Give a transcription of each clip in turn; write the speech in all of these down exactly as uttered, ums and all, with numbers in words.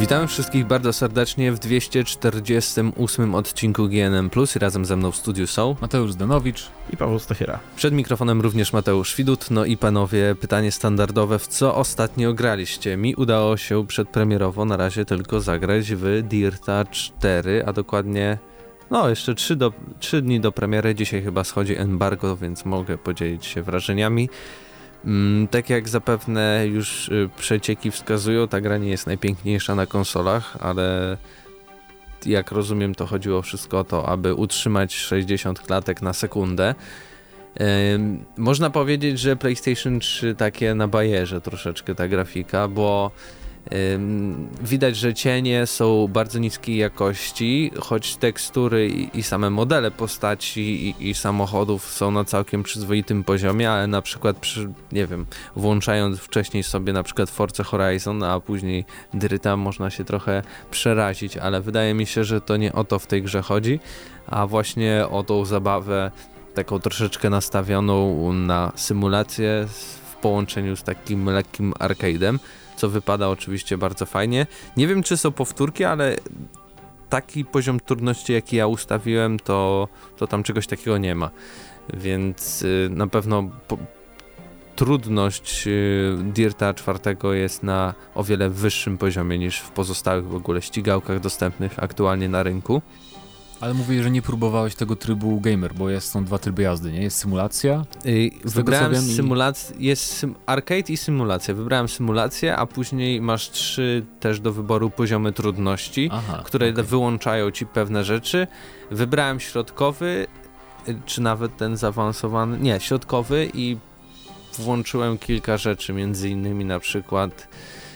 Witam wszystkich bardzo serdecznie w dwieście czterdziestym ósmym odcinku G N M plus i razem ze mną w studiu są Mateusz Zdanowicz i Paweł Stachera. Przed mikrofonem również Mateusz Widut. No i panowie, pytanie standardowe, w co ostatnio graliście? Mi udało się przedpremierowo na razie tylko zagrać w Dirta cztery, a dokładnie no jeszcze trzy, do, trzy dni do premiery. Dzisiaj chyba schodzi embargo, więc mogę podzielić się wrażeniami. Mm, tak jak zapewne już y, przecieki wskazują, ta gra nie jest najpiękniejsza na konsolach, ale jak rozumiem, to chodziło wszystko o to, aby utrzymać sześćdziesiąt klatek na sekundę. Yy, można powiedzieć, że PlayStation trzy takie na bajerze troszeczkę ta grafika, bo yy, widać, że cienie są bardzo niskiej jakości, choć tekstury i, i same modele postaci i, i samochodów są na całkiem przyzwoitym poziomie, ale na przykład przy, nie wiem, włączając wcześniej sobie na przykład Forza Horizon, a później Dirta, można się trochę przerazić, ale wydaje mi się, że to nie o to w tej grze chodzi, a właśnie o tą zabawę taką troszeczkę nastawioną na symulację w połączeniu z takim lekkim arcade'em, co wypada oczywiście bardzo fajnie. Nie wiem, czy są powtórki, ale taki poziom trudności, jaki ja ustawiłem, to, to tam czegoś takiego nie ma. Więc yy, na pewno po, trudność yy, Dirta czwartego jest na o wiele wyższym poziomie niż w pozostałych w ogóle ścigałkach dostępnych aktualnie na rynku. Ale mówię, że nie próbowałeś tego trybu gamer, bo jest, są dwa tryby jazdy, nie? Jest symulacja. Yy, wybrałem symulację, i... jest sym- arcade i symulacja. Wybrałem symulację, a później masz trzy też do wyboru poziomy trudności, Aha, które okay. wyłączają ci pewne rzeczy. Wybrałem środkowy, czy nawet ten zaawansowany, nie, środkowy i włączyłem kilka rzeczy, między innymi na przykład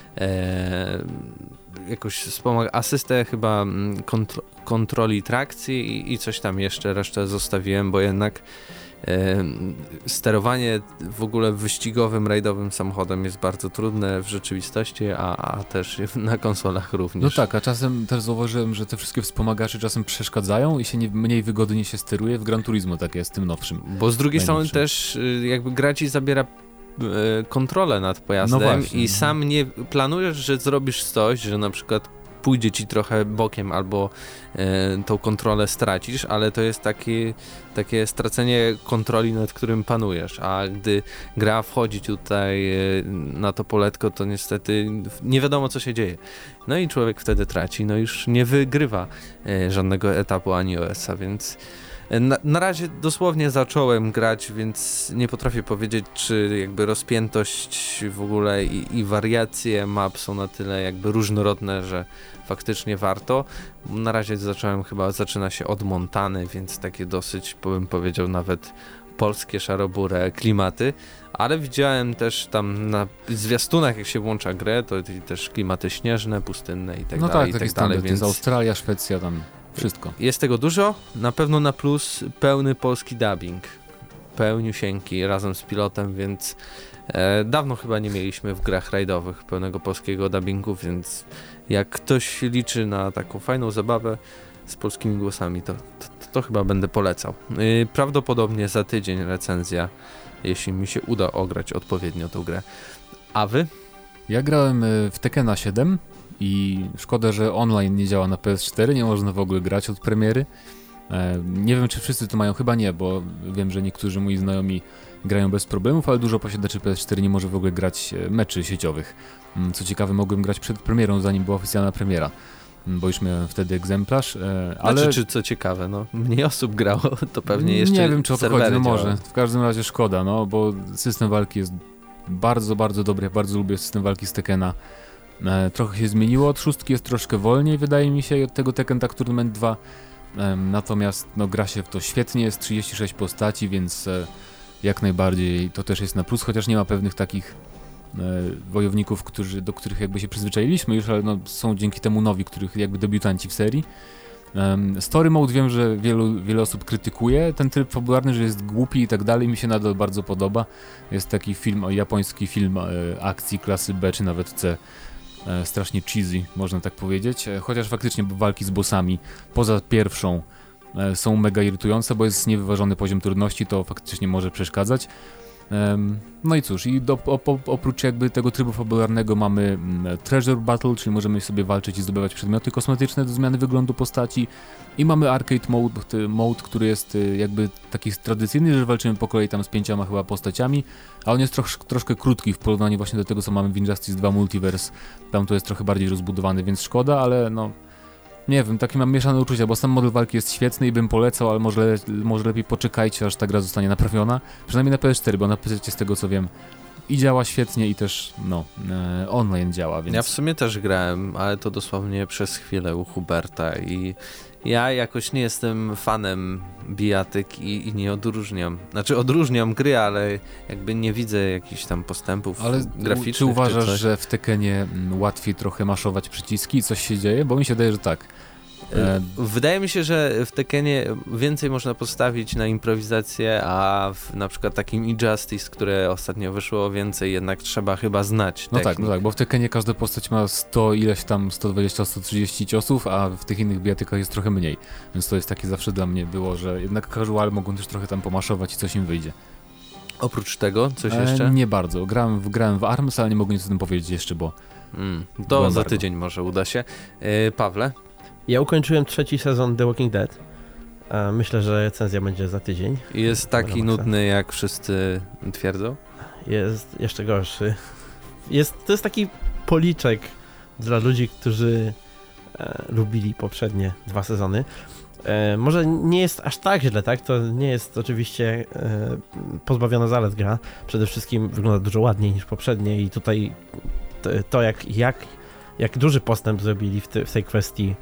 e, jakoś wspomag- asystę chyba kontro- kontroli trakcji i, i coś tam jeszcze, resztę zostawiłem, bo jednak e, sterowanie w ogóle wyścigowym, rajdowym samochodem jest bardzo trudne w rzeczywistości, a, a też na konsolach również. No tak, a czasem też zauważyłem, że te wszystkie wspomagacze czasem przeszkadzają i się nie, mniej wygodnie się steruje. W Gran Turismo tak jest, tym nowszym. Bo z drugiej strony też jakby gra ci zabiera kontrolę nad pojazdem no właśnie, i sam nie planujesz, że zrobisz coś, że na przykład pójdzie ci trochę bokiem albo e, tą kontrolę stracisz, ale to jest taki, takie stracenie kontroli, nad którym panujesz, a gdy gra wchodzi tutaj e, na to poletko, to niestety nie wiadomo, co się dzieje. No i człowiek wtedy traci, no już nie wygrywa e, żadnego etapu ani O S a, więc Na, na razie dosłownie zacząłem grać, więc nie potrafię powiedzieć, czy jakby rozpiętość w ogóle i, i wariacje map są na tyle jakby różnorodne, że faktycznie warto. Na razie zacząłem, chyba zaczyna się od Montany, więc takie dosyć, bym powiedział, nawet polskie szarobure klimaty, ale widziałem też tam na zwiastunach, jak się włącza grę, to też klimaty śnieżne, pustynne i tak no dalej. No tak, i tak dalej, więc jest Australia, Szwecja, tam wszystko. Jest tego dużo, na pewno na plus pełny polski dubbing, pełniusieńki razem z pilotem, więc e, dawno chyba nie mieliśmy w grach rajdowych pełnego polskiego dubbingu, więc jak ktoś liczy na taką fajną zabawę z polskimi głosami, to, to, to chyba będę polecał. Yy, prawdopodobnie za tydzień recenzja, jeśli mi się uda ograć odpowiednio tą grę. A wy? Ja grałem w Tekkena siedem i szkoda, że online nie działa na P S cztery, nie można w ogóle grać od premiery. E, nie wiem, czy wszyscy to mają, chyba nie, bo wiem, że niektórzy moi znajomi grają bez problemów, ale dużo posiadaczy P S cztery nie może w ogóle grać meczy sieciowych. Co ciekawe, mogłem grać przed premierą, zanim była oficjalna premiera, bo już miałem wtedy egzemplarz, ale... Znaczy, czy co ciekawe, no mniej osób grało, to pewnie jeszcze nie wiem, czy o to chodzi, no może, działa. W każdym razie szkoda, no, bo system walki jest bardzo, bardzo dobry, ja bardzo lubię system walki z Tekkena. E, trochę się zmieniło, od szóstki jest troszkę wolniej, wydaje mi się, i od tego Tekken Tag Tournament dwa, e, natomiast no, gra się w to świetnie, jest trzydzieści sześć postaci, więc e, jak najbardziej to też jest na plus, chociaż nie ma pewnych takich wojowników, którzy, do których jakby się przyzwyczailiśmy już, ale no, są dzięki temu nowi, których jakby debiutanci w serii. Um, story mode wiem, że wielu, wiele osób krytykuje ten tryb fabularny, że jest głupi i tak dalej, mi się nadal bardzo podoba. Jest taki film, japoński film e, akcji klasy B czy nawet C, e, strasznie cheesy, można tak powiedzieć, e, chociaż faktycznie walki z bossami poza pierwszą e, są mega irytujące, bo jest niewyważony poziom trudności, to faktycznie może przeszkadzać. Um, no i cóż, i do, op, oprócz jakby tego trybu fabularnego mamy mm, Treasure Battle, czyli możemy sobie walczyć i zdobywać przedmioty kosmetyczne do zmiany wyglądu postaci, i mamy Arcade Mode, mode, który jest jakby taki tradycyjny, że walczymy po kolei tam z pięcioma chyba postaciami, a on jest trosz, troszkę krótki w porównaniu właśnie do tego, co mamy w Injustice dwa Multiverse. Tam to jest trochę bardziej rozbudowany, więc szkoda, ale no nie wiem, takie mam mieszane uczucia, bo sam model walki jest świetny i bym polecał, ale może, może lepiej poczekajcie, aż ta gra zostanie naprawiona. Przynajmniej na P S cztery, bo na P C z tego co wiem i działa świetnie i też no e, online działa, więc... Ja w sumie też grałem, ale to dosłownie przez chwilę u Huberta i ja jakoś nie jestem fanem bijatyk i, i nie odróżniam. Znaczy odróżniam gry, ale jakby nie widzę jakichś tam postępów ale graficznych. Czy uważasz, czy że w Tekenie łatwiej trochę maszować przyciski i coś się dzieje? Bo mi się wydaje, że tak. E... Wydaje mi się, że w Tekenie więcej można postawić na improwizację, a w na przykład takim Injustice, które ostatnio wyszło, więcej jednak trzeba chyba znać No technik. tak, no tak, bo w Tekenie każda postać ma sto ileś tam, sto dwadzieścia sto trzydzieści ciosów, a w tych innych bijatykach jest trochę mniej. Więc to jest takie zawsze dla mnie było, że jednak casual mogą też trochę tam pomaszować i coś im wyjdzie. Oprócz tego coś e, jeszcze? Nie bardzo. Grałem w, grałem w ARMS, ale nie mogę nic o tym powiedzieć jeszcze, bo... Mm, to za tydzień może uda się. Yy, Pawle? Ja ukończyłem trzeci sezon The Walking Dead. Myślę, że recenzja będzie za tydzień. Jest taki nudny, jak wszyscy twierdzą? Jest jeszcze gorszy. Jest, to jest taki policzek dla ludzi, którzy e, lubili poprzednie dwa sezony. E, może nie jest aż tak źle, tak? To nie jest oczywiście e, pozbawiona zalet gra. Przede wszystkim wygląda dużo ładniej niż poprzednie i tutaj to, to jak, jak, jak duży postęp zrobili w, te, w tej kwestii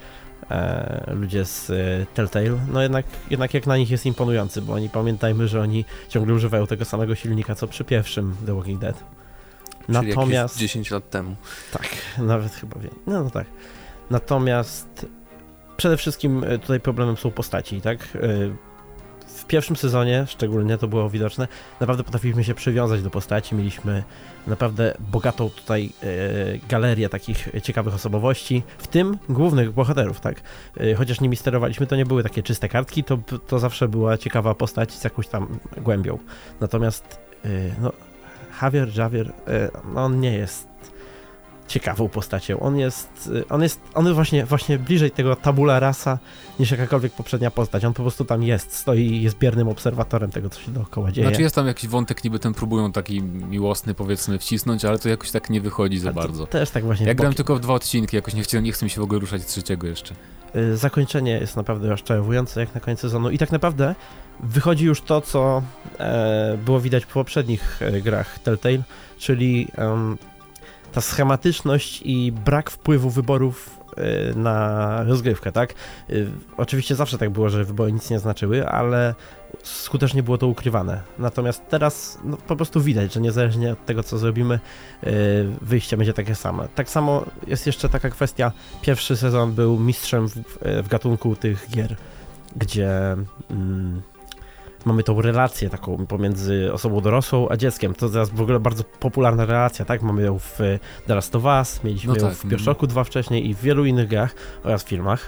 E, ludzie z e, Telltale, no jednak, jednak jak na nich jest imponujący, bo oni, pamiętajmy, że oni ciągle używają tego samego silnika, co przy pierwszym The Walking Dead. Czyli natomiast dziesięć lat temu. Tak, nawet chyba wiem. No, no tak. Natomiast przede wszystkim tutaj problemem są postaci, tak? W pierwszym sezonie szczególnie to było widoczne, naprawdę potrafiliśmy się przywiązać do postaci, mieliśmy naprawdę bogatą tutaj e, galerię takich ciekawych osobowości, w tym głównych bohaterów, tak? E, chociaż nimi sterowaliśmy, to nie były takie czyste kartki, to, to zawsze była ciekawa postać z jakąś tam głębią. Natomiast e, no, Javier, Javier, e, no on nie jest ciekawą postacią. On jest, on jest, on jest właśnie, właśnie bliżej tego tabula rasa niż jakakolwiek poprzednia postać. On po prostu tam jest, stoi i jest biernym obserwatorem tego, co się dookoła dzieje. Znaczy jest tam jakiś wątek, niby ten próbują taki miłosny, powiedzmy, wcisnąć, ale to jakoś tak nie wychodzi za bardzo. Też tak właśnie. Ja grałem tylko w dwa odcinki, jakoś nie chcę, nie chcę mi się w ogóle ruszać z trzeciego jeszcze. Zakończenie jest naprawdę rozczarowujące jak na koniec sezonu i tak naprawdę wychodzi już to, co e, było widać po poprzednich e, grach Telltale, czyli um, ta schematyczność i brak wpływu wyborów y, na rozgrywkę, tak? Y, oczywiście zawsze tak było, że wybory nic nie znaczyły, ale skutecznie było to ukrywane. Natomiast teraz no, po prostu widać, że niezależnie od tego, co zrobimy, y, wyjście będzie takie same. Tak samo jest jeszcze taka kwestia, pierwszy sezon był mistrzem w, w gatunku tych gier, gdzie... Mm, mamy tą relację taką pomiędzy osobą dorosłą a dzieckiem. To teraz w ogóle bardzo popularna relacja, tak? Mamy ją w The Last of Us, mieliśmy no ją tak. w Bioshocku dwa wcześniej i w wielu innych grach oraz filmach,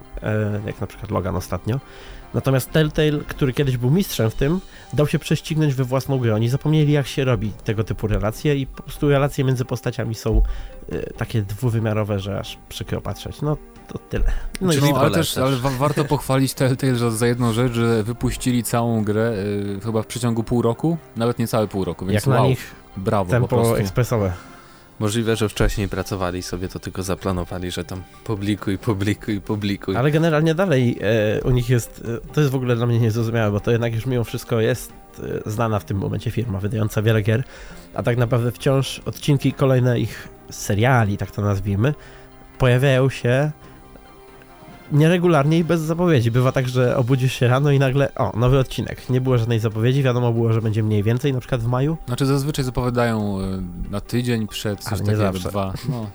e, jak na przykład Logan ostatnio. Natomiast Telltale, który kiedyś był mistrzem w tym, dał się prześcignąć we własną grę. Oni zapomnieli, jak się robi tego typu relacje i po prostu relacje między postaciami są e, takie dwuwymiarowe, że aż przykro patrzeć. No to tyle. No, no, no ale też, ale wa- warto pochwalić Telltale, że za jedną rzecz, że wypuścili całą grę y, chyba w przeciągu pół roku, nawet nie całe pół roku, więc jak wow, na nich brawo, tempo po prostu. ekspresowe. Możliwe, że wcześniej pracowali sobie, to tylko zaplanowali, że tam publikuj, publikuj, publikuj. Ale generalnie dalej e, u nich jest, e, to jest w ogóle dla mnie niezrozumiałe, bo to jednak już mimo wszystko jest e, znana w tym momencie firma, wydająca wiele gier, a tak naprawdę wciąż odcinki kolejne ich seriali, tak to nazwijmy, pojawiają się nieregularnie i bez zapowiedzi. Bywa tak, że obudzisz się rano i nagle, o, nowy odcinek. Nie było żadnej zapowiedzi, wiadomo było, że będzie mniej więcej, na przykład w maju. Znaczy zazwyczaj zapowiadają na tydzień przed, coś takiego, dwa. No.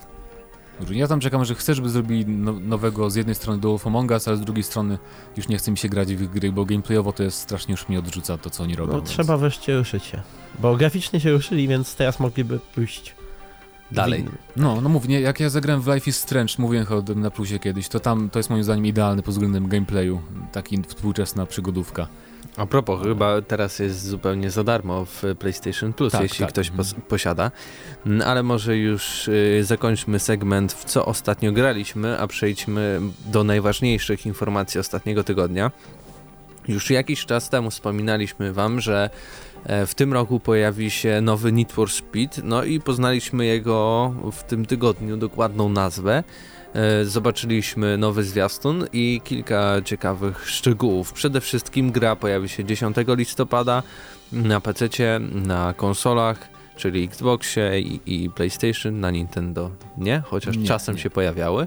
Ja tam czekam, że chcę, żeby zrobili no, nowego z jednej strony do Wolf Among Us, ale z drugiej strony już nie chce mi się grać w ich gry, bo gameplayowo to jest strasznie, już mnie odrzuca to, co oni robią. No więc... trzeba wreszcie ruszyć się, bo graficznie się ruszyli, więc teraz mogliby pójść dalej. No, no mówię, jak ja zagrałem w Life is Strange, mówiłem o tym na plusie kiedyś, to tam to jest moim zdaniem idealny pod względem gameplayu, taki współczesna przygodówka. A propos, chyba teraz jest zupełnie za darmo w PlayStation Plus, tak, jeśli tak. ktoś pos- posiada. Ale może już y, zakończmy segment, w co ostatnio graliśmy, a przejdźmy do najważniejszych informacji ostatniego tygodnia. Już jakiś czas temu wspominaliśmy wam, że w tym roku pojawi się nowy Need for Speed, no i poznaliśmy jego w tym tygodniu dokładną nazwę. Zobaczyliśmy nowy zwiastun i kilka ciekawych szczegółów. Przede wszystkim gra pojawi się dziesiątego listopada na pececie, na konsolach, czyli Xboxie i, i PlayStation, na Nintendo nie, chociaż nie, czasem nie. się pojawiały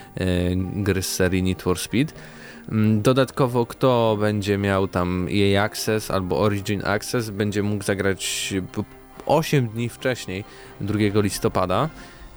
gry z serii Need for Speed. Dodatkowo kto będzie miał tam E A Access albo Origin Access, będzie mógł zagrać osiem dni wcześniej, drugiego listopada,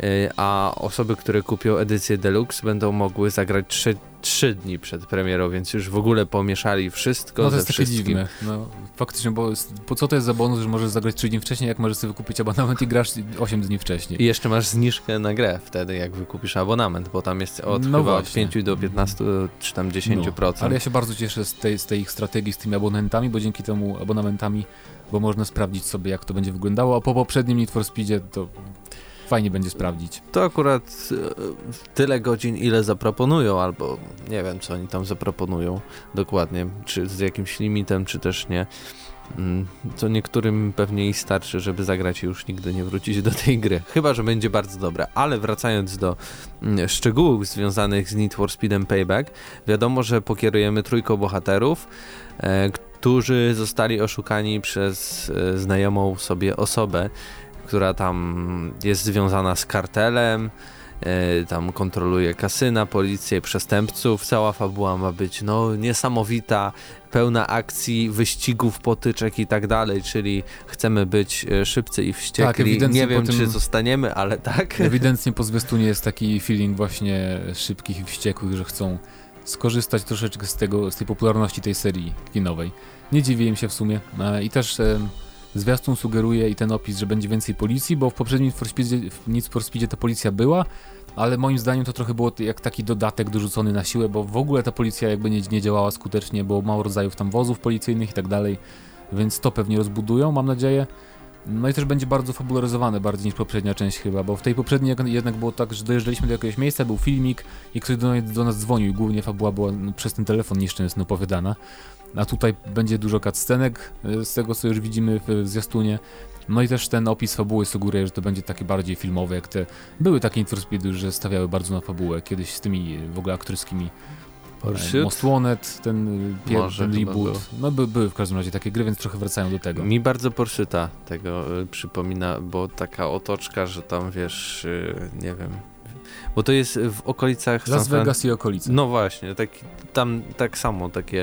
a osoby, które kupią edycję Deluxe, będą mogły zagrać trzy dni przed premierą, więc już w ogóle pomieszali wszystko No to ze jest takie wszystkim. dziwne. No, faktycznie, bo po co to jest za bonus, że możesz zagrać trzy dni wcześniej, jak możesz sobie kupić abonament i grasz osiem dni wcześniej. I jeszcze masz zniżkę na grę wtedy, jak wykupisz abonament, bo tam jest od No chyba od właśnie. pięć do piętnastu czy tam dziesięć procent. No, ale ja się bardzo cieszę z tej, z tej ich strategii, z tymi abonamentami, bo dzięki temu abonamentami, bo można sprawdzić sobie, jak to będzie wyglądało, a po poprzednim Need for Speedzie to fajnie będzie sprawdzić. To akurat e, tyle godzin, ile zaproponują, albo nie wiem, co oni tam zaproponują dokładnie, czy z jakimś limitem, czy też nie. Mm, To niektórym pewnie i starczy, żeby zagrać i już nigdy nie wrócić do tej gry. Chyba że będzie bardzo dobra. Ale wracając do mm, szczegółów związanych z Need for Speedem Payback, wiadomo, że pokierujemy trójką bohaterów, e, którzy zostali oszukani przez e, znajomą sobie osobę, która tam jest związana z kartelem, yy, tam kontroluje kasyna, policję, przestępców. Cała fabuła ma być no niesamowita, pełna akcji, wyścigów, potyczek i tak dalej, czyli chcemy być szybcy i wściekli. Tak, nie wiem, tym, czy zostaniemy, ale tak. Ewidentnie po zwiastunie jest taki feeling właśnie szybkich i wściekłych, że chcą skorzystać troszeczkę z tego, z tej popularności tej serii kinowej. Nie dziwię im się w sumie e, i też e, zwiastun sugeruje i ten opis, że będzie więcej policji, bo w poprzednim Need for Speedzie, w Need for Speedzie ta policja była, ale moim zdaniem to trochę było jak taki dodatek dorzucony na siłę, bo w ogóle ta policja jakby nie, nie działała skutecznie, było mało rodzajów tam wozów policyjnych i tak dalej, więc to pewnie rozbudują, mam nadzieję. No i też będzie bardzo fabularyzowane, bardziej niż poprzednia część chyba, bo w tej poprzedniej jednak było tak, że dojeżdżaliśmy do jakiegoś miejsca, był filmik i ktoś do, do nas dzwonił i głównie fabuła była no, przez ten telefon nieszczęsny opowiadana. A tutaj będzie dużo cutscenek z tego, co już widzimy w zwiastunie. No i też ten opis fabuły sugeruje, że to będzie takie bardziej filmowe, jak te... Były takie Need for Speedy, że stawiały bardzo na fabułę, kiedyś z tymi w ogóle aktorskimi. Pursuit? Most Wanted, ten, Może ten chyba reboot. był. No by, były w każdym razie takie gry, więc trochę wracają do tego. Mi bardzo Pursuita tego y, przypomina, bo taka otoczka, że tam wiesz, y, nie wiem, bo to jest w okolicach Las San Fran- Vegas i okolice. No właśnie, tak, tam tak samo takie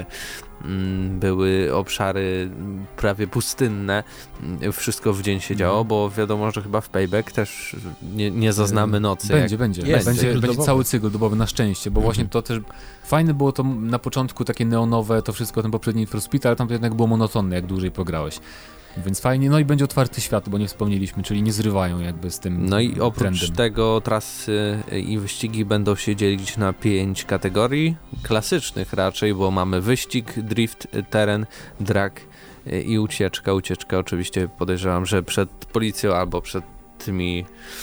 mm, były obszary prawie pustynne, mm, wszystko w dzień się działo, bo wiadomo, że chyba w Payback też nie, nie zaznamy nocy. Będzie, jak... będzie. Jest, będzie, cykl będzie dobowy. cały cykl dobowy na szczęście, bo Mhm. właśnie to też fajne było to na początku takie neonowe, to wszystko ten poprzedni Need for Speed, ale tam to jednak było monotonne, jak dłużej pograłeś. Więc fajnie, no i będzie otwarty świat, bo nie wspomnieliśmy, czyli nie zrywają jakby z tym No i oprócz trendem. tego trasy i wyścigi będą się dzielić na pięć kategorii klasycznych raczej, bo mamy wyścig, drift, teren, drag i ucieczka. Ucieczka oczywiście podejrzewam, że przed policją albo przed tymi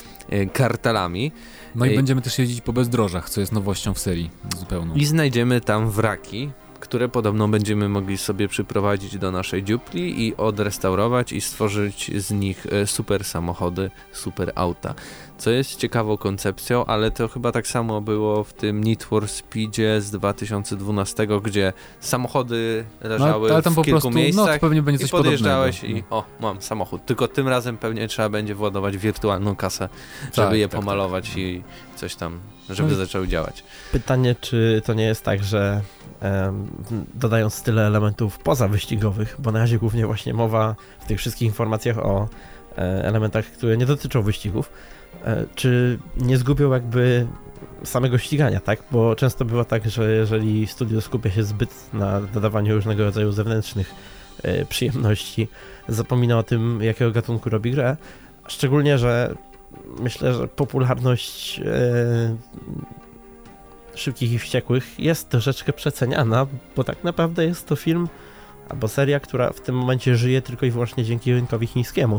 kartelami. No i Ej. będziemy też jeździć po bezdrożach, co jest nowością w serii zupełną. I znajdziemy tam wraki, które podobno będziemy mogli sobie przyprowadzić do naszej dziupli i odrestaurować i stworzyć z nich e, super samochody, super auta. Co jest ciekawą koncepcją, ale to chyba tak samo było w tym Need for Speedzie z dwa tysiące dwunastego, gdzie samochody leżały no, ale tam w po kilku prostu, miejscach no, to pewnie będzie i coś podjeżdżałeś podobnego. i o, mam samochód. Tylko tym razem pewnie trzeba będzie władować wirtualną kasę, żeby Tak, je tak, pomalować tak. i coś tam, żeby No i- zaczęły działać. Pytanie, czy to nie jest tak, że em, dodając tyle elementów pozawyścigowych, bo na razie głównie właśnie mowa w tych wszystkich informacjach o e, elementach, które nie dotyczą wyścigów, e, czy nie zgubią jakby samego ścigania, tak? Bo często bywa tak, że jeżeli studio skupia się zbyt na dodawaniu różnego rodzaju zewnętrznych e, przyjemności, zapomina o tym, jakiego gatunku robi grę, szczególnie, że myślę, że popularność e, Szybkich i Wściekłych jest troszeczkę przeceniana, bo tak naprawdę jest to film albo seria, która w tym momencie żyje tylko i wyłącznie dzięki rynkowi chińskiemu.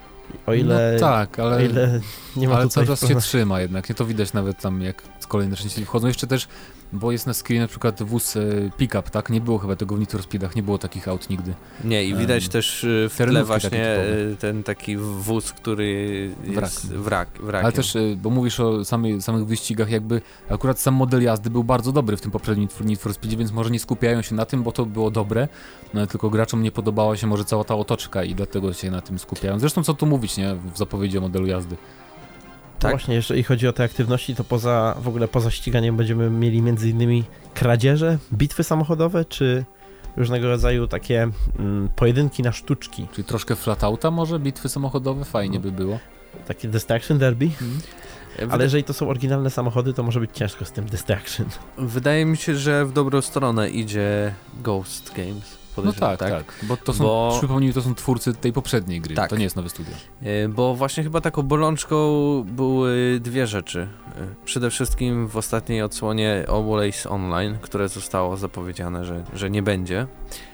O ile, no tak, ale, o ile nie ma ale tutaj cały czas wpływu- się trzyma jednak, nie to widać nawet tam jak kolejne części wchodzą. Jeszcze też, bo jest na screenie na przykład wóz e, pick-up, tak? Nie było chyba tego w Need for Speedach, nie było takich aut nigdy. Nie, i widać Um, też y, w tle terenówki właśnie takie typowe. y, ten taki wóz, który jest Wrak. wrak, wrakiem. Ale też, e, bo mówisz o samej, samych wyścigach, jakby akurat sam model jazdy był bardzo dobry w tym poprzednim Need for- Need for Speedzie, więc może nie skupiają się na tym, bo to było dobre, no, tylko graczom nie podobała się może cała ta otoczka i dlatego się na tym skupiają. Zresztą co tu mówić, nie? W zapowiedzi o modelu jazdy. No Tak. właśnie, jeżeli chodzi o te aktywności, to poza w ogóle poza ściganiem będziemy mieli między innymi kradzieże, bitwy samochodowe, czy różnego rodzaju takie mm, pojedynki na sztuczki. Czyli troszkę flatouta może, bitwy samochodowe, fajnie by było. Takie Destruction Derby. Wyda- Ale jeżeli to są oryginalne samochody, to może być ciężko z tym Destruction. Wydaje mi się, że w dobrą stronę idzie Ghost Games. No Podejrzewam, tak, tak, bo to są, Bo- przypomnij, to są twórcy tej poprzedniej gry, Tak. to nie jest nowe studio. E, Bo właśnie chyba taką bolączką były dwie rzeczy. E, Przede wszystkim w ostatniej odsłonie Always Online, które zostało zapowiedziane, że, że nie będzie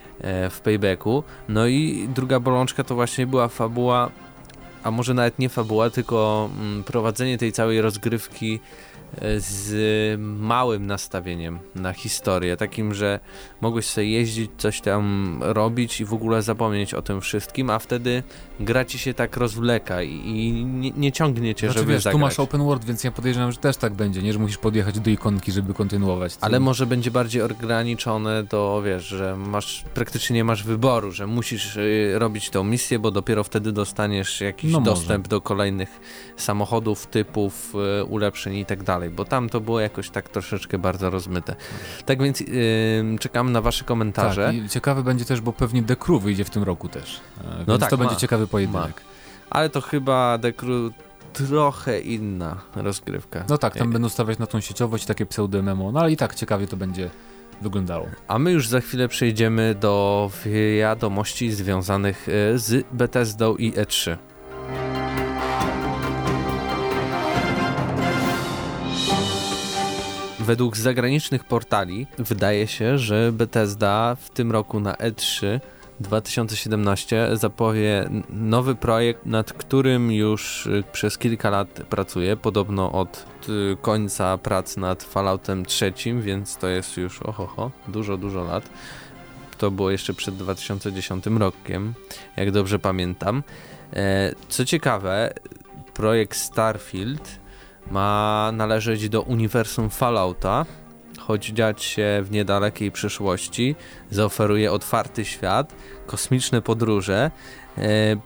e, w Paybacku. No i druga bolączka to właśnie była fabuła, a może nawet nie fabuła, tylko mm, prowadzenie tej całej rozgrywki e, z małym nastawieniem na historię, takim, że mogłeś sobie jeździć, coś tam robić i w ogóle zapomnieć o tym wszystkim, a wtedy gra ci się tak rozwleka i, i nie, nie ciągnie cię, Znaczy, żeby wiesz, zagrać. tu masz open world, więc ja podejrzewam, że też tak będzie, nie, że musisz podjechać do ikonki, żeby kontynuować. Co- Ale może będzie bardziej ograniczone do, wiesz, że masz, praktycznie nie masz wyboru, że musisz y, robić tą misję, bo dopiero wtedy dostaniesz jakiś No może. dostęp do kolejnych samochodów, typów, y, ulepszeń i tak dalej, bo tam to było jakoś tak troszeczkę bardzo rozmyte. Tak więc y, czekam na wasze komentarze. Tak, i ciekawe będzie też, bo pewnie The Crew wyjdzie w tym roku też, e, więc No tak, to ma. będzie ciekawy pojedynek. Ale to chyba The Crew trochę inna rozgrywka. No tak, tam Jak- będą stawiać na tą sieciowość, takie pseudo-M M O, no ale i tak ciekawie to będzie wyglądało. A my już za chwilę przejdziemy do wiadomości związanych y, z Bethesdą i E trzy. Według zagranicznych portali wydaje się, że Bethesda w tym roku na E trzy dwa tysiące siedemnaście zapowie n- nowy projekt, nad którym już y, przez kilka lat pracuje, podobno od y, końca prac nad Falloutem trzecim, więc to jest już ohoho, dużo, dużo lat. To było jeszcze przed dwa tysiące dziesiątym rokiem, jak dobrze pamiętam. E, co ciekawe, projekt Starfield ma należeć do uniwersum Fallouta, choć dziać się w niedalekiej przyszłości, zaoferuje otwarty świat, kosmiczne podróże, e,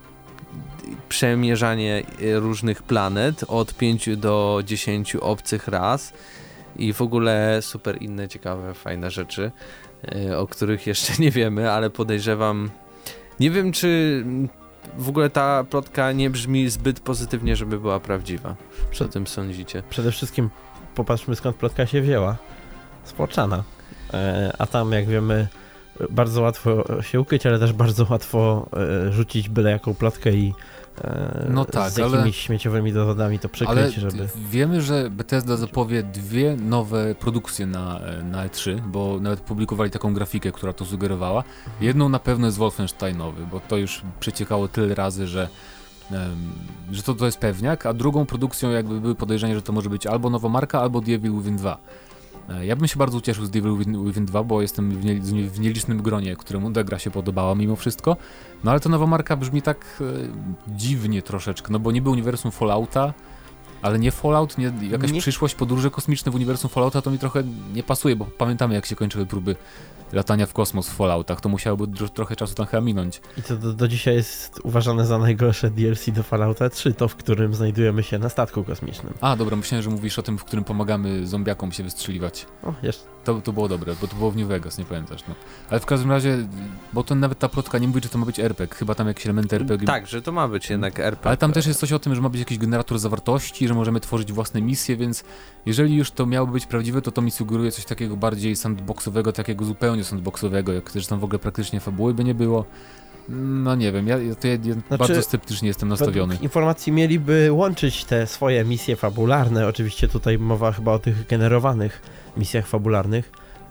przemierzanie różnych planet od pięciu do dziesięciu obcych ras i w ogóle super inne ciekawe, fajne rzeczy, e, o których jeszcze nie wiemy, ale podejrzewam, nie wiem czy w ogóle ta plotka nie brzmi zbyt pozytywnie, żeby była prawdziwa. Co o tym sądzicie? Przede wszystkim popatrzmy, skąd plotka się wzięła. Z Foczana. E, a tam, jak wiemy, bardzo łatwo się ukryć, ale też bardzo łatwo e, rzucić byle jaką plotkę i e, No tak, z jakimiś ale- śmieciowymi dowodami to przykryć, Ale żeby... wiemy, że Bethesda zapowie dwie nowe produkcje na, na E trzy, bo nawet publikowali taką grafikę, która to sugerowała. Jedną na pewno jest Wolfensteinowy, bo to już przeciekało tyle razy, że, em, że to, to jest pewniak, a drugą produkcją jakby były podejrzenia, że to może być albo nowa marka, albo The Evil Within dwa. E, Ja bym się bardzo ucieszył z The Evil Within, Within dwa, bo jestem w, nie, w nielicznym gronie, któremu ta gra się podobała mimo wszystko. No ale ta nowa marka brzmi tak e, dziwnie troszeczkę, no bo niby uniwersum Fallouta, ale nie Fallout, nie jakaś Nie- przyszłość, podróże kosmiczne w uniwersum Fallouta, to mi trochę nie pasuje, bo pamiętamy jak się kończyły próby latania w kosmos w Falloutach, to musiałoby dro- trochę czasu tam chyba minąć. I to do, do dzisiaj jest uważane za najgorsze D L C do Fallouta trzy, to w którym znajdujemy się na statku kosmicznym. A, dobra, myślałem, że mówisz o tym, w którym pomagamy zombiakom się wystrzeliwać. O, jeszcze. To, to było dobre, bo to było w New Vegas, nie pamiętasz, no. Ale w każdym razie, bo to nawet ta plotka nie mówi, że to ma być R P G, chyba tam jakieś elementy R P G. Tak, że to ma być jednak R P G. Ale tam też jest coś o tym, że ma być jakiś generator zawartości, że możemy tworzyć własne misje, więc jeżeli już to miałoby być prawdziwe, to to mi sugeruje coś takiego bardziej sandboxowego, takiego zupełnie sandboxowego, jak też tam w ogóle praktycznie fabuły by nie było. No nie wiem, ja, to ja, ja Znaczy, bardzo sceptycznie jestem nastawiony. Według informacji mieliby łączyć te swoje misje fabularne, oczywiście tutaj mowa chyba o tych generowanych misjach fabularnych,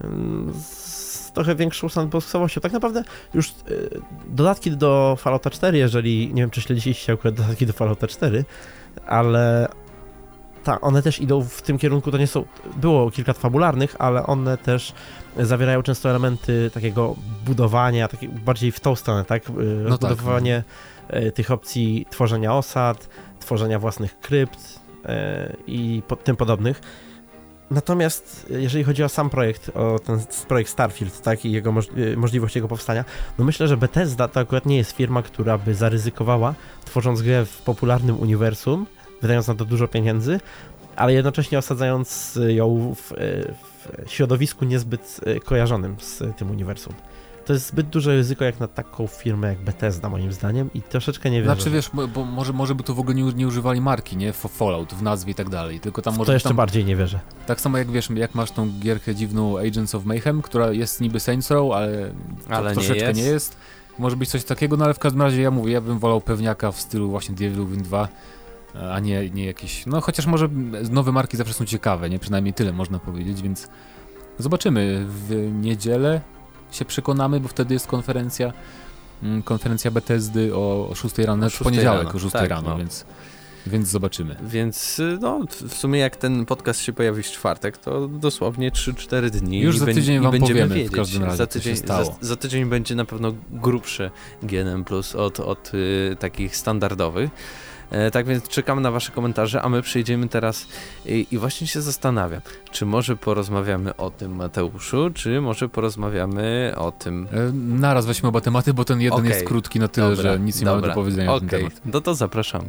z trochę większą sandboxowością. Tak naprawdę już y, dodatki do Fallouta cztery, jeżeli, nie wiem czy śledziliście akurat dodatki do Fallouta cztery, ale tak, one też idą w tym kierunku, to nie są, było kilka fabularnych, ale one też zawierają często elementy takiego budowania, takie bardziej w tą stronę, tak? No Budowanie tak. tych opcji tworzenia osad, tworzenia własnych krypt i po, tym podobnych. Natomiast jeżeli chodzi o sam projekt, o ten projekt Starfield, tak, i jego moż, możliwość jego powstania, no myślę, że Bethesda to akurat nie jest firma, która by zaryzykowała, tworząc grę w popularnym uniwersum, wydając na to dużo pieniędzy, ale jednocześnie osadzając ją w, w środowisku niezbyt kojarzonym z tym uniwersum. To jest zbyt duże ryzyko jak na taką firmę jak Bethesda, moim zdaniem, i troszeczkę nie wiem. Znaczy wiesz, bo, bo może, może by tu w ogóle nie, nie używali marki, nie? Fallout w nazwie i tak dalej, tylko tam może... To jeszcze tam, bardziej nie wierzę. Tak samo jak wiesz, jak masz tą gierkę dziwną Agents of Mayhem, która jest niby Saints Row, ale, ale to, troszeczkę nie jest. nie jest. Może być coś takiego, no ale w każdym razie ja mówię, ja bym wolał pewniaka w stylu właśnie Devil Within dwa, a nie, nie jakieś... No chociaż może nowe marki zawsze są ciekawe, nie? Przynajmniej tyle można powiedzieć, więc zobaczymy. W niedzielę się przekonamy, bo wtedy jest konferencja konferencja Bethesdy o, o szóstej rano, w poniedziałek rano. o szóstej tak, rano, no. więc, więc zobaczymy. Więc no, w sumie jak ten podcast się pojawi w czwartek, to dosłownie trzy cztery dni. Już za tydzień wam będziemy powiemy wiedzieć. w każdym razie, za tydzień, co się stało. Za, za tydzień będzie na pewno grubszy G N M plus od, od y, takich standardowych. E, tak więc czekamy na wasze komentarze, a my przejdziemy teraz i, i właśnie się zastanawiam, czy może porozmawiamy o tym, Mateuszu, czy może porozmawiamy o tym... E, naraz weźmy oba tematy, bo ten jeden okay. jest krótki na tyle, dobra, że nic nie mamy do powiedzenia okay. na ten temat. No to zapraszamy.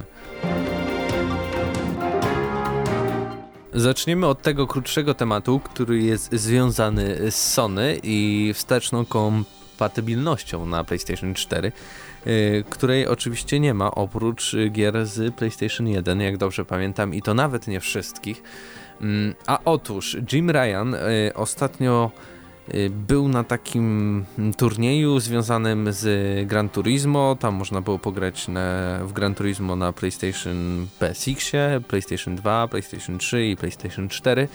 Zaczniemy od tego krótszego tematu, który jest związany z Sony i wsteczną kompatybilnością na PlayStation cztery, yy, której oczywiście nie ma oprócz gier z PlayStation jeden, jak dobrze pamiętam, i to nawet nie wszystkich. Yy, a otóż Jim Ryan yy, ostatnio yy, był na takim turnieju związanym z Gran Turismo. Tam można było pograć na, w Gran Turismo na PlayStation P S X-ie, PlayStation dwa, PlayStation trzy i PlayStation cztery.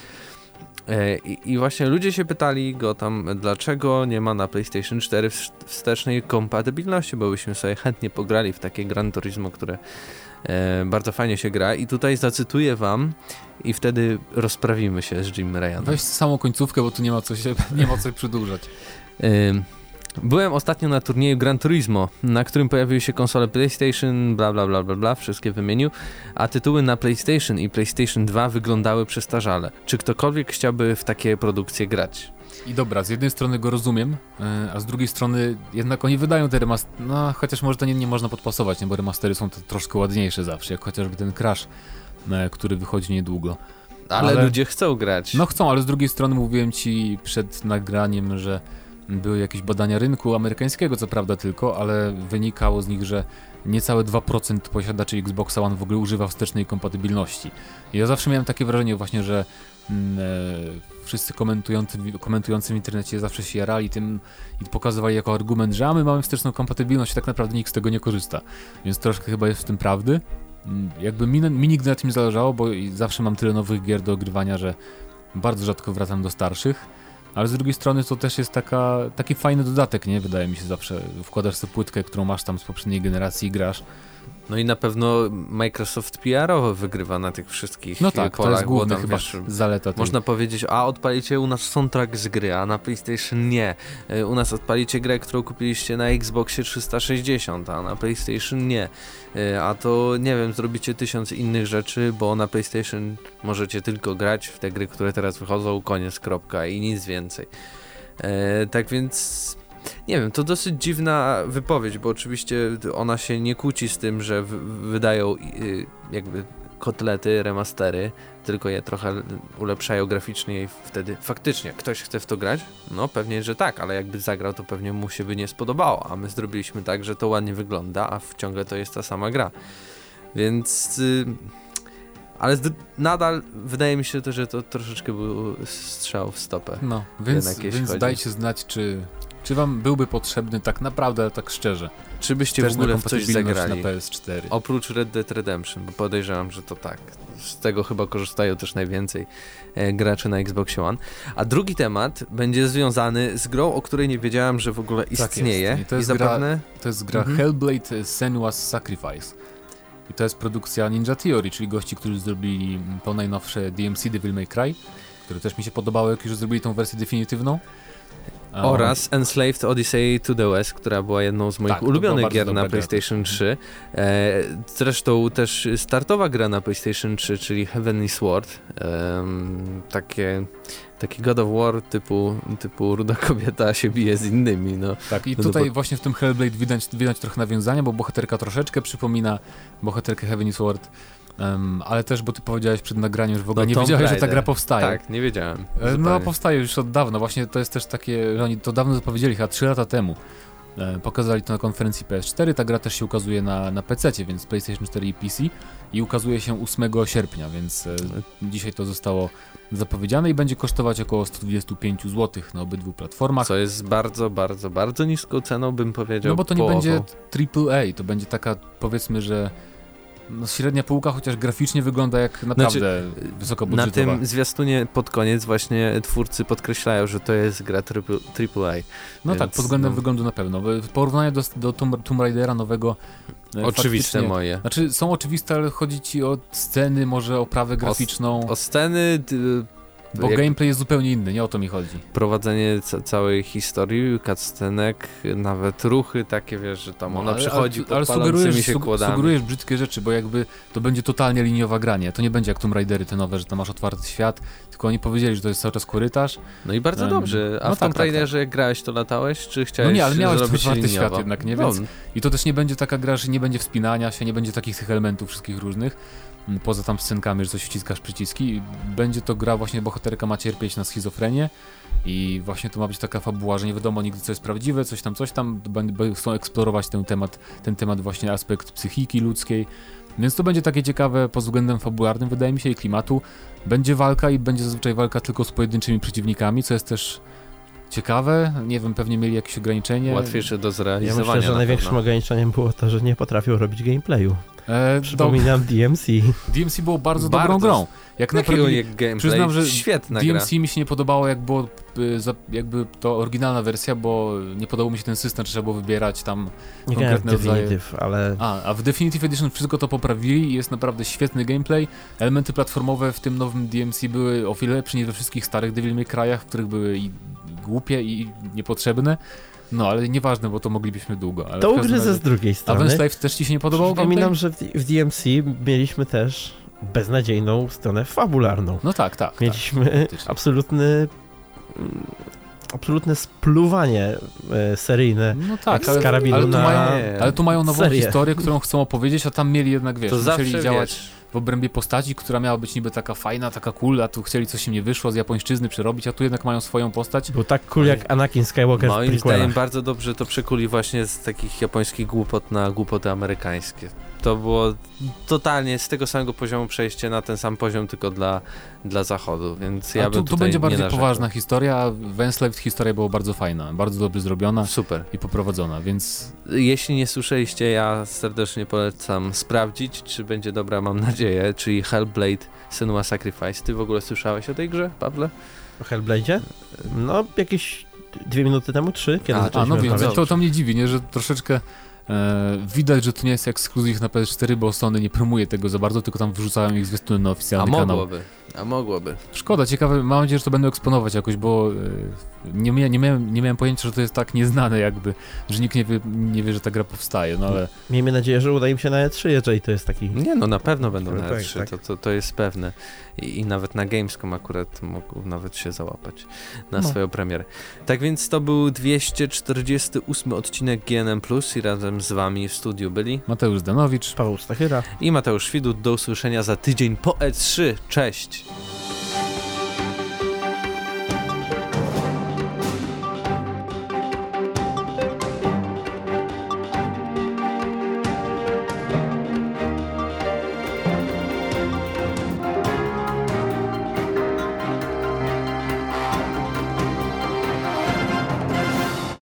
I, I właśnie ludzie się pytali go tam, dlaczego nie ma na PlayStation cztery wstecznej kompatybilności, bo byśmy sobie chętnie pograli w takie Gran Turismo, które e, bardzo fajnie się gra. I tutaj zacytuję wam i wtedy rozprawimy się z Jim Ryanem. Weź samą końcówkę, bo tu nie ma co się, nie ma co przedłużać. E, Byłem ostatnio na turnieju Gran Turismo, na którym pojawiły się konsole PlayStation, bla bla bla bla bla, wszystkie wymienił, a tytuły na PlayStation i PlayStation dwa wyglądały przestarzale. Czy ktokolwiek chciałby w takie produkcje grać? I dobra, z jednej strony go rozumiem, a z drugiej strony jednak oni wydają te remastery, no chociaż może to nie, nie można podpasować, nie, bo remastery są to troszkę ładniejsze zawsze, jak chociażby ten Crash, który wychodzi niedługo. Ale, ale ludzie chcą grać. No chcą, ale z drugiej strony mówiłem ci przed nagraniem, że były jakieś badania rynku amerykańskiego, co prawda tylko, ale wynikało z nich, że niecałe dwa procent posiadaczy Xboxa One w ogóle używa wstecznej kompatybilności. I ja zawsze miałem takie wrażenie właśnie, że mm, e, wszyscy komentujący, komentujący w internecie zawsze się jarali tym i pokazywali jako argument, że a my mamy wsteczną kompatybilność i tak naprawdę nikt z tego nie korzysta. Więc troszkę chyba jest w tym prawdy. Jakby mi, mi nigdy na tym nie zależało, bo zawsze mam tyle nowych gier do ogrywania, że bardzo rzadko wracam do starszych. Ale z drugiej strony to też jest taka, taki fajny dodatek, nie? Wydaje mi się zawsze. Wkładasz sobie płytkę, którą masz tam z poprzedniej generacji i grasz. No i na pewno Microsoft P R-owo wygrywa na tych wszystkich no tak, polach. To jest główna tam, chyba wiesz, zaleta. Tej. Można powiedzieć, a odpalicie u nas soundtrack z gry, a na PlayStation nie. U nas odpalicie grę, którą kupiliście na Xboxie trzysta sześćdziesiąt, a na PlayStation nie. A to, nie wiem, zrobicie tysiąc innych rzeczy, bo na PlayStation możecie tylko grać w te gry, które teraz wychodzą, koniec, kropka i nic więcej. E, tak więc... Nie wiem, to dosyć dziwna wypowiedź, bo oczywiście ona się nie kłóci z tym, że w- wydają y, jakby kotlety, remastery, tylko je trochę ulepszają graficznie i wtedy faktycznie ktoś chce w to grać? No pewnie, że tak, ale jakby zagrał, to pewnie mu się by nie spodobało, a my zrobiliśmy tak, że to ładnie wygląda, a ciągle to jest ta sama gra. Więc... Y, ale z- nadal wydaje mi się to, że to troszeczkę był strzał w stopę. No, więc, więc dajcie znać, czy... Czy wam byłby potrzebny tak naprawdę, tak szczerze? Czy byście Też w ogóle na w coś kompatybilność zagrali? na P S cztery. Oprócz Red Dead Redemption, bo podejrzewam, że to tak. Z tego chyba korzystają też najwięcej e, graczy na Xbox One. A drugi temat będzie związany z grą, o której nie wiedziałem, że w ogóle istnieje. jest. I to jest I gra- zapewne... To jest gra Mhm. Hellblade Senua's Sacrifice. I to jest produkcja Ninja Theory, czyli gości, którzy zrobili to najnowsze D M C Devil May Cry, które też mi się podobało, jak już zrobili tą wersję definitywną. A- Oraz Enslaved Odyssey to the West, która była jedną z moich Tak, to była ulubionych bardzo gier dobra na gra PlayStation trzy. E, zresztą też startowa gra na PlayStation trzy, czyli Heavenly Sword. Em, takie, taki God of War typu, typu ruda kobieta się bije z innymi. No. Tak, i No tutaj to- właśnie w tym Hellblade widać, widać trochę nawiązania, bo bohaterka troszeczkę przypomina bohaterkę Heavenly Sword, um, ale też, bo ty powiedziałeś przed nagraniem, że w ogóle No, nie Tomb wiedziałeś, że ta Raider. gra powstaje. Tak, nie wiedziałem. E, No, zupełnie. powstaje już od dawna. Właśnie to jest też takie, że oni to dawno zapowiedzieli, chyba trzy lata temu. E, pokazali to na konferencji P S cztery. Ta gra też się ukazuje na, na pececie, więc PlayStation cztery i P C. I ukazuje się ósmego sierpnia, więc e, dzisiaj to zostało zapowiedziane i będzie kosztować około sto dwadzieścia pięć złotych na obydwu platformach. Co jest bardzo, bardzo, bardzo niską ceną, bym powiedział. No bo to nie połową. będzie triple A, to będzie taka, powiedzmy, że no, średnia półka, chociaż graficznie wygląda jak naprawdę Znaczy, Na wysokobudżetowa. tym zwiastunie pod koniec właśnie twórcy podkreślają, że to jest gra triple, triple A. No więc tak, pod względem no. wyglądu na pewno. Bo w porównaniu do, do Tomb, Tomb Raidera nowego e, Oczywiste faktycznie- moje. Znaczy są oczywiste, ale chodzi ci o sceny, może oprawę graficzną, O sceny, d- bo jak gameplay jest zupełnie inny, nie o to mi chodzi. prowadzenie ca- całej historii, cutscenek, nawet ruchy takie, wiesz, że tam No, ona ale- przechodzi ale, ale pod sugerujesz, palącymi się sug- kłodami. sugerujesz brzydkie rzeczy, bo jakby to będzie totalnie liniowa granie. To nie będzie jak Tomb Raidery te nowe, że tam masz otwarty świat, tylko oni powiedzieli, że to jest cały czas korytarz. No i bardzo Em, dobrze. A no w tak, Tomb tak, Raiderze jak grałeś, to latałeś, czy chciałeś No nie, ale miałeś zrobić otwarty liniowo? świat jednak, nie? No, Więc I to też nie będzie taka gra, że nie będzie wspinania się, nie będzie takich tych elementów wszystkich różnych, m, poza tam scenkami, że coś wciskasz przyciski. Będzie to gra, właśnie bohaterka ma cierpieć na schizofrenię i właśnie to ma być taka fabuła, że nie wiadomo nigdy co jest prawdziwe, coś tam, coś tam, b- b- chcą eksplorować ten temat, ten temat właśnie aspekt psychiki ludzkiej. Więc to będzie takie ciekawe pod względem fabularnym, wydaje mi się, i klimatu. Będzie walka i będzie zazwyczaj walka tylko z pojedynczymi przeciwnikami, co jest też ciekawe. Nie wiem, pewnie mieli jakieś ograniczenie. łatwiejsze do Ja zrealizowania. myślę, że na największym pewno. ograniczeniem było to, że nie potrafią robić gameplayu. E, Przypominam D M C. D M C było bardzo, Bardzo dobrą grą. Jak Jakiego naprawdę jak gameplay? przyznam, że Świetna D M gra. C mi się nie podobało, jak było y, za, jakby to oryginalna wersja, bo nie podobał mi się ten system, że trzeba było wybierać tam Nie grałem w konkretne rodzaje. Definitive, ale A, a w Definitive Edition wszystko to poprawili i jest naprawdę świetny gameplay. Elementy platformowe w tym nowym D M C były o wiele lepsze niż we wszystkich starych Devil May Cry'ach, w których były i głupie i niepotrzebne. No, ale nieważne, bo to moglibyśmy długo. Ale to w każdym ugryzę razie- z drugiej A strony. Wenslife też ci się nie podobał Przypominam, gameplay? że w, w D M C mieliśmy też beznadziejną stronę fabularną. No tak, tak. tak. Mieliśmy faktycznie. absolutny mm, absolutne spluwanie e, seryjne. No tak, z ale, karabinu ale, tu na mają, ale tu mają nową serię. historię, którą chcą opowiedzieć, a tam mieli jednak, wiesz, To musieli zawsze działać wiesz, w obrębie postaci, która miała być niby taka fajna, taka cool, a tu chcieli coś im nie wyszło, z japońszczyzny przerobić, a tu jednak mają swoją postać. Był tak cool jak Anakin Skywalker w moim zdaniem prequelach. bardzo dobrze to przekuli właśnie z takich japońskich głupot na głupoty amerykańskie. To było totalnie z tego samego poziomu przejście na ten sam poziom, tylko dla, dla zachodu, więc ja a bym tu, tu tutaj będzie nie bardziej narzekał. poważna historia, a w Enslaved historia była bardzo fajna, bardzo dobrze zrobiona Super. i poprowadzona, więc Jeśli nie słyszeliście, ja serdecznie polecam sprawdzić, czy będzie dobra, mam nadzieję, czyli Hellblade Senua's Sacrifice. Ty w ogóle słyszałeś o tej grze, Pawle? O Hellblade'zie? No, jakieś dwie minuty temu, trzy, kiedy A, a zaczęliśmy no więc rozmawiać. to, to mnie dziwi, nie, że troszeczkę e, widać, że to nie jest ekskluzyw na P S cztery, bo Sony nie promuje tego za bardzo, tylko tam wrzucają ich zwiastuny na A oficjalny kanał. mogłoby, a mogłoby. Szkoda, ciekawe, mam nadzieję, że to będą eksponować jakoś, bo e, nie, mia, nie, miałem, nie miałem pojęcia, że to jest tak nieznane jakby, że nikt nie wie, nie wie, że ta gra powstaje, no ale Miejmy nadzieję, że uda im się na E trzy, jeżeli to jest taki... Nie no, na pewno będą na Tak, E trzy, tak. to, to, to jest pewne. I, I nawet na Gamescom akurat mogą nawet się załapać na No. swoją premierę. Tak więc to był dwieście czterdziesty ósmy odcinek G N M plus i razem z wami w studiu byli Mateusz Zdanowicz. Paweł Stachyra. i Mateusz Widut. Do usłyszenia za tydzień po E trzy. Cześć!